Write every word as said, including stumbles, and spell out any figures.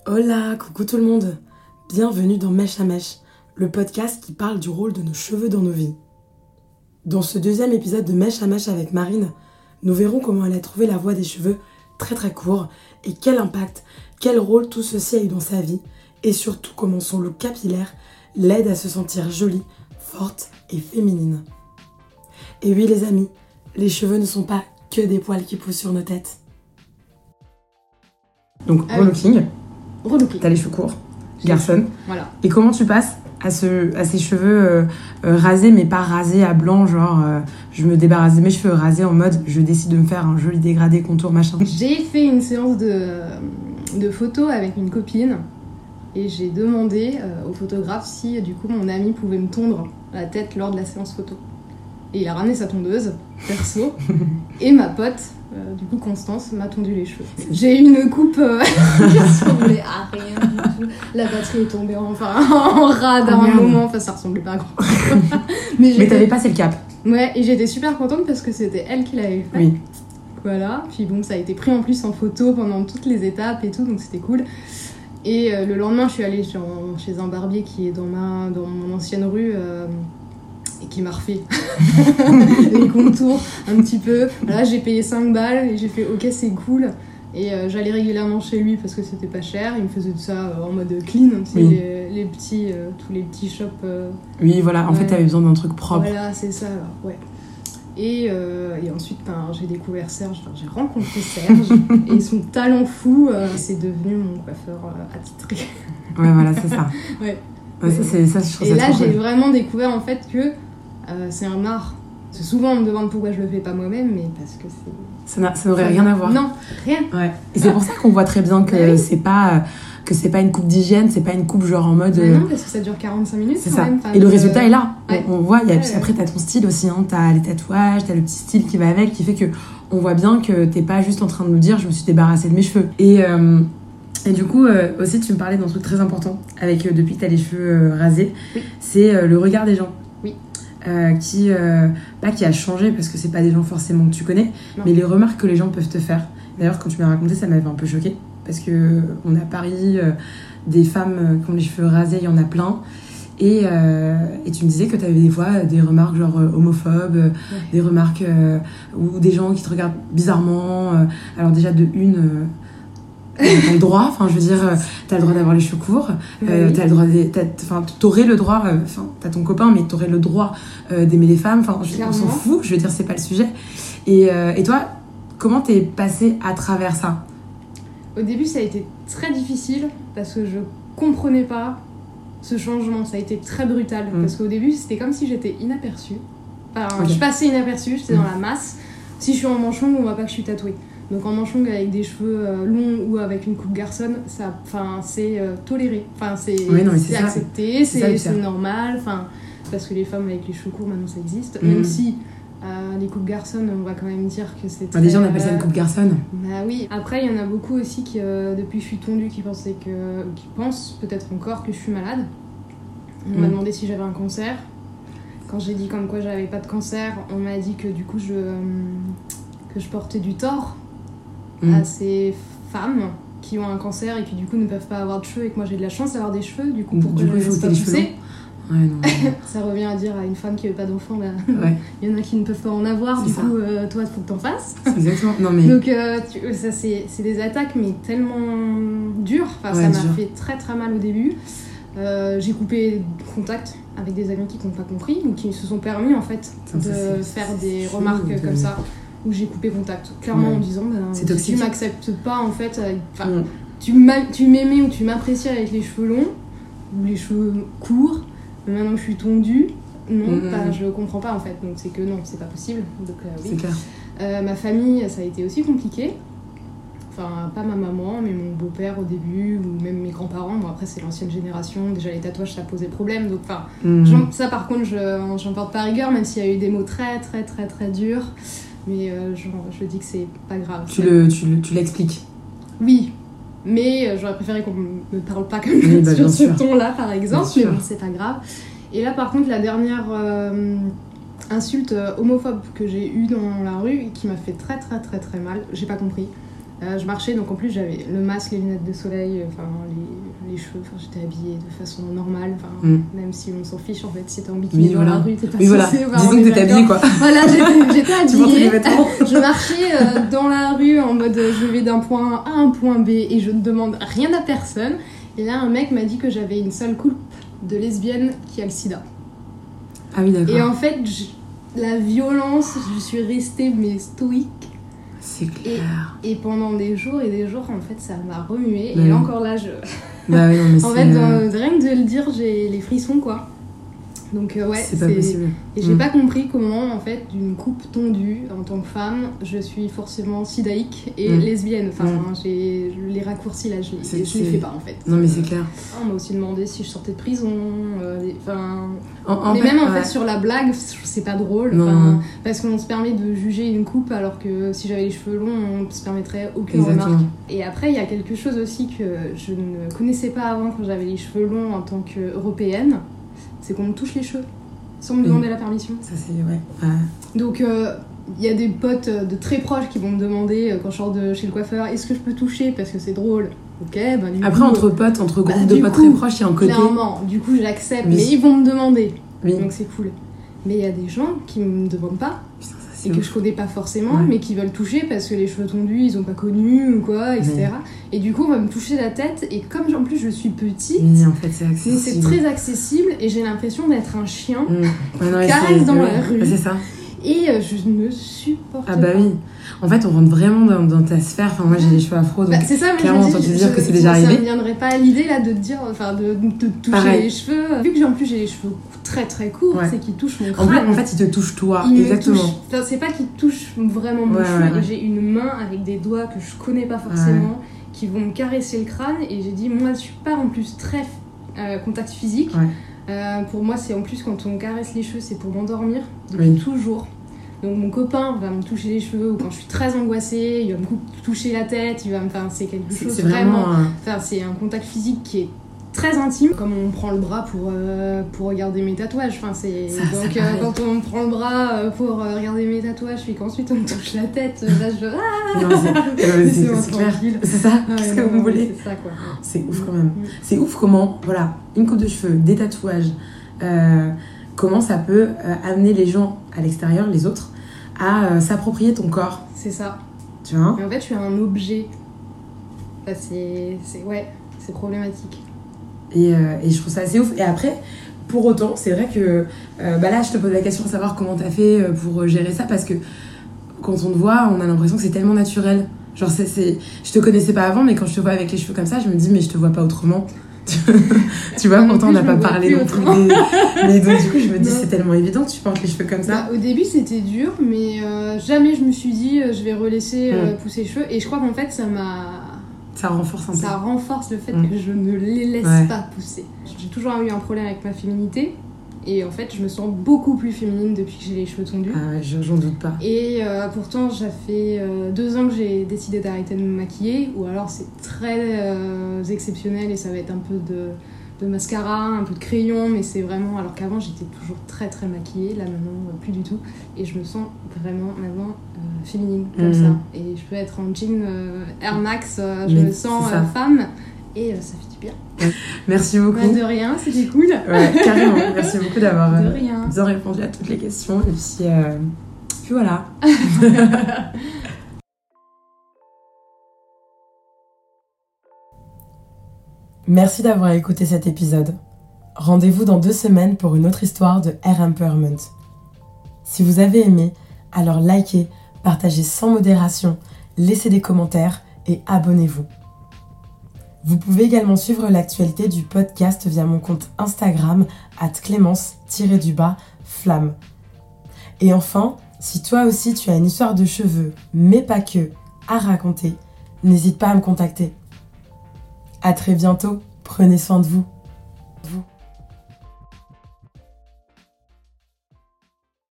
Hola, coucou tout le monde. Bienvenue dans Mèche à Mèche, le podcast qui parle du rôle de nos cheveux dans nos vies. Dans ce deuxième épisode de Mèche à Mèche avec Marine, nous verrons comment elle a trouvé la voie des cheveux très très courts et quel impact, quel rôle tout ceci a eu dans sa vie et surtout comment son look capillaire l'aide à se sentir jolie, forte et féminine. Et oui les amis, les cheveux ne sont pas que des poils qui poussent sur nos têtes. Donc Ah relooking, oui. relooking. t'as les cheveux courts, garçonne. Voilà. Et comment tu passes à, ce, à ces cheveux euh, euh, rasés, mais pas rasés à blanc, genre euh, je me débarrasse de mes cheveux, rasés en mode je décide de me faire un joli dégradé contour machin. J'ai fait une séance de, de photos avec une copine et j'ai demandé euh, au photographe si du coup mon ami pouvait me tondre la tête lors de la séance photo. Et il a ramené sa tondeuse, perso, et ma pote, euh, du coup Constance, m'a tondu les cheveux. J'ai eu une coupe euh, qui ressemblait à rien du tout. La batterie est tombée en, enfin, en rade à Oh, un merde. moment, enfin ça ressemblait pas à grand chose. Mais, Mais t'avais passé le cap. Ouais, et j'étais super contente parce que c'était elle qui l'avait fait. Oui. Voilà, puis bon, ça a été pris en plus en photo pendant toutes les étapes et tout, donc c'était cool. Et euh, le lendemain, je suis allée chez un, chez un barbier qui est dans, ma, dans mon ancienne rue euh, et qui m'a refait les contours un petit peu. Voilà, j'ai payé cinq balles et j'ai fait ok, c'est cool. Et euh, j'allais régulièrement chez lui parce que c'était pas cher. Il me faisait tout ça euh, en mode clean, tu sais, Oui. les, les petits, euh, tous les petits shops. Euh, Oui, voilà, en Ouais. fait t'avais besoin d'un truc propre. Voilà, c'est ça, ouais. Et, euh, et ensuite, ben, j'ai découvert Serge, enfin, j'ai rencontré Serge, et son talent fou, euh, c'est devenu mon coiffeur euh, attitré. Ouais, voilà, c'est ça. Ouais. Ouais, ça, c'est, ça, je trouve Et ça là, trop j'ai cool. vraiment découvert en fait que euh, c'est un art. Parce que souvent, on me demande pourquoi je le fais pas moi-même, mais parce que c'est... Ça, n'a- ça n'aurait rien à voir. Non, rien. Ouais. Et c'est pour ça qu'on voit très bien que Bah oui. c'est pas que c'est pas une coupe d'hygiène, c'est pas une coupe genre en mode. Mais euh, non, parce que ça dure quarante-cinq minutes C'est quand ça. même. Enfin, Et le donc, résultat euh, est là. On- ouais. On, voit, il y a, Ouais, puis ouais. après t'as ton style aussi, hein. T'as les tatouages, t'as le petit style qui va avec, qui fait que on voit bien que t'es pas juste en train de nous dire je me suis débarrassée de mes cheveux. Et, euh, et du coup, euh, aussi tu me parlais d'un truc très important, avec euh, depuis que t'as les cheveux euh, rasés, Oui. c'est euh, le regard des gens. Oui. Euh, qui, euh, pas qui a changé parce que c'est pas des gens forcément que tu connais, Non. mais les remarques que les gens peuvent te faire. D'ailleurs, quand tu m'as raconté, ça m'avait un peu choquée parce que on a à Paris euh, des femmes euh, qui ont les cheveux rasés, il y en a plein. Et, euh, et tu me disais que tu avais des fois euh, des remarques genre euh, homophobes, euh, Ouais. des remarques euh, ou des gens qui te regardent bizarrement. euh. Alors déjà de une, euh, t'as le droit, enfin je veux dire, euh, t'as le droit d'avoir les cheveux courts, euh, Oui. t'as le droit, des- t'as- enfin t'aurais le droit, euh, enfin t'as ton copain mais t'aurais le droit euh, d'aimer les femmes. Enfin je- on s'en Clairement. fout, je veux dire c'est pas le sujet. Et, euh, et toi, comment t'es passée à travers ça? Au début, ça a été très difficile parce que je comprenais pas ce changement. Ça a été très brutal Mm. parce qu'au début, c'était comme si j'étais inaperçue. Enfin, Ok. je passais inaperçue, j'étais Mm. dans la masse. Si je suis en manche longue, on voit pas que je suis tatouée. Donc en manche longue avec des cheveux euh, longs ou avec une coupe garçonne, ça, enfin, c'est euh, toléré. Enfin, c'est, Oui, non, mais c'est c'est ça. accepté, C'est ça, le c'est, pire. c'est normal. Enfin, parce que les femmes avec les cheveux courts, maintenant, ça existe. Mm. Même si euh, les coupes garçonnes, on va quand même dire que c'est très... Bah, déjà on appelle ça une euh, coupe garçonne. Bah oui, après il y en a beaucoup aussi qui, euh, depuis que je suis tondue, qui pensaient que, qui pensent peut-être encore que je suis malade. On m'a Mm. demandé si j'avais un cancer. Quand j'ai dit comme quoi j'avais pas de cancer, on m'a dit que du coup je, euh, que je portais du tort Mm. à ces femmes qui ont un cancer et qui du coup ne peuvent pas avoir de cheveux et que moi j'ai de la chance d'avoir des cheveux, du coup pourquoi Du je coup, il les faut laisse que t'aies pas les cheveux pousser. longs. Ouais, non, mais- Ça revient à dire à une femme qui veut pas d'enfant, bah, ouais, il y en a qui ne peuvent pas en avoir, C'est du ça. coup euh, toi il faut que t'en fasses. c'est exactement. Non mais. Donc euh, tu- ça c'est, c'est des attaques mais tellement dures, enfin, Ouais, ça m'a dur. fait très très mal au début. Euh, j'ai coupé contact avec des amis qui n'ont pas compris ou qui se sont permis en fait Putain, ça, de c'est- faire c'est des fou remarques de- comme ça où j'ai coupé contact clairement Ouais. en disant ben, C'est si toxique. tu m'acceptes pas en fait avec- enfin, Mm. tu, m'a- tu m'aimais ou tu m'appréciais avec les cheveux longs ou les cheveux courts mais maintenant que je suis tondue non, Mhm. bah, je comprends pas en fait, donc c'est que non, c'est pas possible, donc euh, oui. C'est clair. Euh, ma famille, ça a été aussi compliqué. Enfin, pas ma maman, mais mon beau-père au début, ou même mes grands-parents. Bon, après, c'est l'ancienne génération. Déjà, les tatouages, ça posait problème. Donc, enfin, Mm. j'en- ça, par contre, je, j'en porte pas rigueur, même s'il y a eu des mots très, très, très, très durs. Mais euh, genre, je dis que c'est pas grave. Tu, C'est- le, tu, le- tu l'expliques. Oui, mais euh, j'aurais préféré qu'on me parle pas comme Oui, bah, bien sur ce sûr. ton-là, par exemple. Bien Mais bon, sûr. c'est pas grave. Et là, par contre, la dernière euh, insulte euh, homophobe que j'ai eue dans la rue, qui m'a fait très, très, très, très mal, j'ai pas compris. Euh, je marchais, donc en plus j'avais le masque, les lunettes de soleil, enfin les, les cheveux, enfin j'étais habillée de façon normale, enfin mm. même si on s'en fiche en fait, si t'es en bikini oui, dans voilà. la rue, t'es pas oui, censé voilà. Disons que t'étais habillée quoi. Voilà, j'étais, j'étais habillée, je marchais euh, dans la rue en mode euh, je vais d'un point A à un point B et je ne demande rien à personne. Et là un mec m'a dit que j'avais une sale coupe de lesbienne qui a le sida. Ah oui d'accord. Et en fait, je, la violence, je suis restée mais stoïque. C'est clair. Et, et pendant des jours et des jours, en fait, ça m'a remué. Bah et oui. encore là, je... Bah oui, non, mais en c'est... fait, dans, rien que de le dire, j'ai les frissons, quoi. Donc euh, ouais, c'est pas possible. Et j'ai mm. pas compris comment, en fait, d'une coupe tondue, en tant que femme, je suis forcément sidaïque et mm. lesbienne. Enfin, mm. j'ai... les raccourcis, là, je les, je les fais pas, en fait. Non, mais c'est clair. On m'a aussi demandé si je sortais de prison. Euh, enfin... En, en mais fait, même, en ouais. fait, sur la blague, c'est pas drôle. Non, enfin, non. Parce qu'on se permet de juger une coupe, alors que si j'avais les cheveux longs, on se permettrait aucune Exactement. remarque. Et après, il y a quelque chose aussi que je ne connaissais pas avant quand j'avais les cheveux longs en tant qu'européenne, c'est qu'on me touche les cheveux. Sans me demander oui. la permission. Ça, c'est ouais. ouais. Donc, il euh, y a des potes de très proches qui vont me demander, euh, quand je sors de chez le coiffeur, est-ce que je peux toucher parce que c'est drôle. Ok, bah du Après, coup, entre potes, entre groupes bah, de potes coup, très proches, il y a un côté. Clairement, du coup, j'accepte, oui. mais ils vont me demander. Oui. Donc, c'est cool. Mais il y a des gens qui me demandent pas. Putain, ça, et que ouf. je connais pas forcément, ouais. mais qui veulent toucher parce que les cheveux tondus, ils ont pas connu ou quoi, et cetera. Oui. Et du coup, on va me toucher la tête, et comme en plus je suis petite, oui, en fait, c'est accessible. c'est très accessible, et j'ai l'impression d'être un chien mmh. ouais, non, qui caresse dans ouais. la rue. Ouais, c'est ça. Et euh, je ne supporte pas. Ah bah pas. oui. En fait, on rentre vraiment dans, dans ta sphère. Enfin, moi, j'ai les cheveux afro, donc bah, c'est ça, mais clairement, on entend te dire que c'est déjà ça arrivé. Ça me viendrait pas à l'idée là de te dire, enfin, de, de te toucher Pareil. les cheveux. Vu que j'ai en plus j'ai les cheveux très très courts, ouais. c'est qu'ils touchent mon crâne. En, plus, en fait, ils te touchent toi, ils exactement. Touchent, enfin, c'est pas qu'ils touchent vraiment mon ouais, cheveu. Ouais, ouais. Et j'ai une main avec des doigts que je connais pas forcément, ouais. qui vont me caresser le crâne. Et j'ai dit, moi, je suis pas en plus très euh, contact physique. Ouais. Euh, pour moi, c'est en plus quand on me caresse les cheveux, c'est pour m'endormir. Donc oui. toujours. Donc mon copain va me toucher les cheveux, ou quand je suis très angoissée, il va me toucher la tête, il va me... Enfin, c'est quelque chose c'est vraiment... vraiment un... Enfin, c'est un contact physique qui est très intime. Comme on me prend le bras pour, euh, pour regarder mes tatouages. Enfin, c'est... Ça, Donc ça euh, quand on me prend le bras pour euh, regarder mes tatouages, puis qu'ensuite on me touche la tête, là je... Ah non, c'est, c'est, c'est, c'est clair. C'est ça, ah, qu'est-ce ouais, que non, vous voulez. C'est ça, quoi. C'est ouf quand même. Mmh. C'est ouf comment, voilà, une coupe de cheveux, des tatouages, euh, comment ça peut euh, amener les gens à l'extérieur, les autres, à euh, s'approprier ton corps. C'est ça. Tu vois ? Mais en fait, je suis un objet. Enfin, c'est, c'est... Ouais, c'est problématique. Et, euh, et je trouve ça assez ouf. Et après, pour autant, c'est vrai que... Euh, bah là, je te pose la question de savoir comment t'as fait pour gérer ça, parce que quand on te voit, on a l'impression que c'est tellement naturel. Genre, c'est, c'est... je te connaissais pas avant, mais quand je te vois avec les cheveux comme ça, je me dis, mais je te vois pas autrement. Tu vois, pourtant on n'a pas parlé non plus des... mais donc du coup je me dis non. C'est tellement évident, tu portes les cheveux comme ça. Bah, au début c'était dur, mais euh, jamais je me suis dit euh, je vais relaisser euh, mm. pousser les cheveux, et je crois qu'en fait ça m'a... Ça renforce un peu. Ça renforce le fait mm. que je ne les laisse ouais. pas pousser. J'ai toujours eu un problème avec ma féminité, et en fait je me sens beaucoup plus féminine depuis que j'ai les cheveux tondus. Ah ouais, j'en doute pas. Et euh, pourtant ça fait euh, deux ans que j'ai décidé d'arrêter de me maquiller, ou alors c'est très euh, exceptionnel et ça va être un peu de, de mascara, un peu de crayon, mais c'est vraiment... Alors qu'avant j'étais toujours très très maquillée, là maintenant euh, plus du tout, et je me sens vraiment maintenant euh, féminine comme mmh. ça. Et je peux être en jean euh, Air Max, euh, je mais me sens euh, femme, et euh, ça fait du bien. Merci beaucoup. Bah, de rien, c'était cool. Ouais, carrément. Merci beaucoup d'avoir de euh, rien. bien répondu à toutes les questions. Et puis, euh, puis voilà. Merci d'avoir écouté cet épisode. Rendez-vous dans deux semaines pour une autre histoire de Hair Empowerment. Si vous avez aimé, alors likez, partagez sans modération, laissez des commentaires et abonnez-vous. Vous pouvez également suivre l'actualité du podcast via mon compte Instagram arobase clémence tiret du bas flamme. Et enfin, si toi aussi tu as une histoire de cheveux, mais pas que, à raconter, n'hésite pas à me contacter. À très bientôt, prenez soin de vous. vous.